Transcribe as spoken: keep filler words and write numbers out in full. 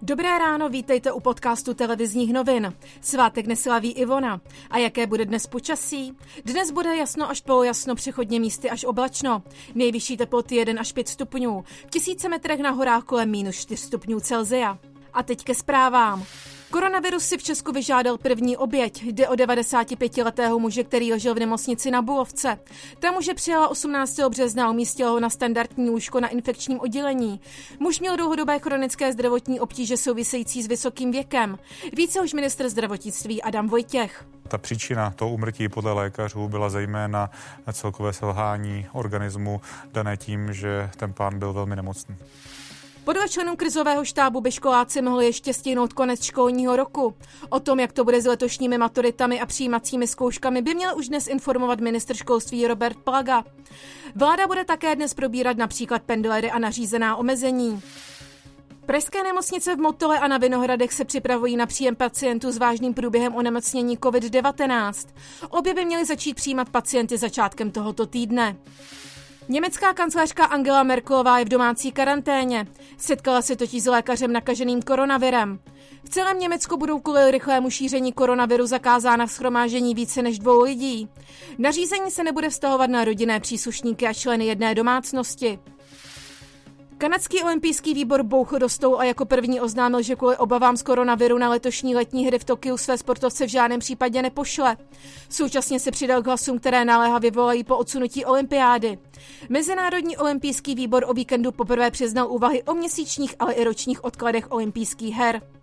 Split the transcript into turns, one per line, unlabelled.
Dobré ráno, vítejte u podcastu televizních novin. Svátek neslaví Ivona. A jaké bude dnes počasí? Dnes bude jasno až polojasno, přechodně místy až oblačno. Nejvyšší teploty jeden až pět stupňů. V tisíce metrech na horách kolem minus čtyři stupňů Celsia. A teď ke zprávám. Koronavirus si v Česku vyžádal první oběť. Jde o devadesátipětiletého muže, který ležel v nemocnici na Bulovce. Ta muže přijala osmnáctého března a umístila ho na standardní lůžko na infekčním oddělení. Muž měl dlouhodobé chronické zdravotní obtíže související s vysokým věkem. Více už ministr zdravotnictví Adam Vojtěch.
Ta příčina toho úmrtí podle lékařů byla zejména celkové selhání organismu dané tím, že ten pán byl velmi nemocný.
Podle členů krizového štábu by školáci mohli ještě stihnout konec školního roku. O tom, jak to bude s letošními maturitami a přijímacími zkouškami, by měl už dnes informovat ministr školství Robert Plaga. Vláda bude také dnes probírat například pendlery a nařízená omezení. Pražské nemocnice v Motole a na Vinohradech se připravují na příjem pacientů s vážným průběhem onemocnění covid devatenáct. Obě by měly začít přijímat pacienty začátkem tohoto týdne. Německá kancléřka Angela Merkelová je v domácí karanténě. Setkala se totiž s lékařem nakaženým koronavirem. V celém Německu budou kvůli rychlému šíření koronaviru zakázána shromáždění více než dvou lidí. Nařízení se nebude vztahovat na rodinné příslušníky a členy jedné domácnosti. Kanadský olympijský výbor bouchl do stolu a jako první oznámil, že kvůli obavám z koronaviru na letošní letní hry v Tokiu své sportovce v žádném případě nepošle. Současně se přidal k hlasům, které naléhavě volají po odsunutí olympiády. Mezinárodní olympijský výbor o víkendu poprvé přiznal úvahy o měsíčních, ale i ročních odkladech olympijských her.